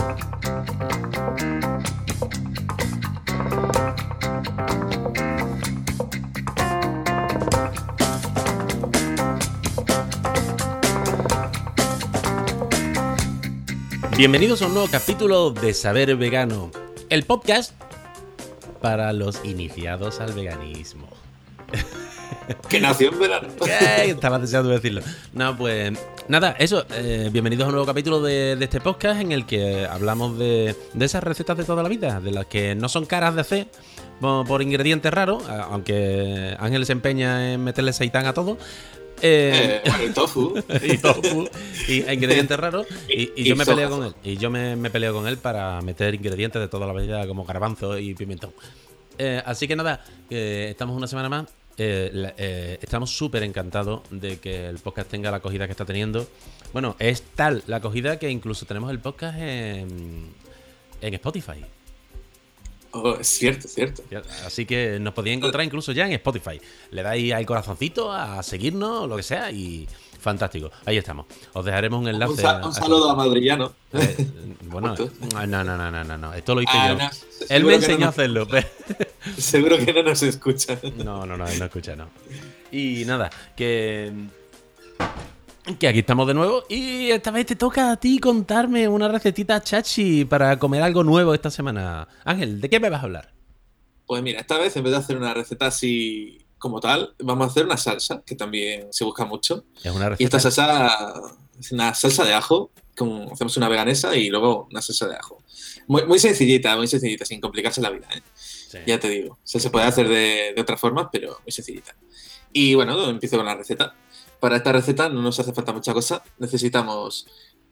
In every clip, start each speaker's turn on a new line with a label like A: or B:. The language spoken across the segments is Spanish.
A: Bienvenidos a un nuevo capítulo de Saber Vegano, el podcast para los iniciados al veganismo.
B: Que nació en verano.
A: Estaba deseando decirlo. No, pues nada, eso. Bienvenidos a un nuevo capítulo de este podcast en el que hablamos de esas recetas de toda la vida, de las que no son caras de hacer por ingredientes raros, aunque Ángel se empeña en meterle seitán a todo.
B: El tofu.
A: Y tofu y ingredientes raros y yo me peleo con él. Y yo me peleo con él para meter ingredientes de toda la vida como garbanzo y pimentón. Así que nada, estamos una semana más. Estamos súper encantados de que el podcast tenga la acogida que está teniendo. Bueno, es tal la acogida que incluso tenemos el podcast en Spotify.
B: Oh, es cierto, es cierto.
A: Así que nos podéis encontrar incluso ya en Spotify. Le dais al corazoncito, a seguirnos, lo que sea, y fantástico. Ahí estamos. Os dejaremos un enlace.
B: Un saludo a Madrillano.
A: Bueno, no. Esto lo hice yo.
B: No,
A: Él me enseñó a hacerlo.
B: Seguro que no nos escucha.
A: No, él no escucha, no. Y nada, que aquí estamos de nuevo y esta vez te toca a ti contarme una recetita chachi para comer algo nuevo esta semana. Ángel, ¿de qué me vas a hablar?
B: Pues mira, esta vez en vez de hacer una receta así como tal, vamos a hacer una salsa, que también se busca mucho.
A: Es una receta.
B: Y esta salsa es una salsa de ajo, como hacemos una veganesa y luego una salsa de ajo. Muy sencillita, sin complicarse la vida, ¿eh? Sí. Ya te digo, se puede hacer de otras formas, pero muy sencillita. Y bueno, empiezo con la receta. Para esta receta no nos hace falta mucha cosa. Necesitamos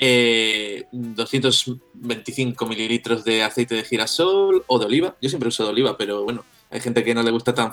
B: 225 mililitros de aceite de girasol o de oliva. Yo siempre uso de oliva, pero bueno, hay gente que no le gusta tan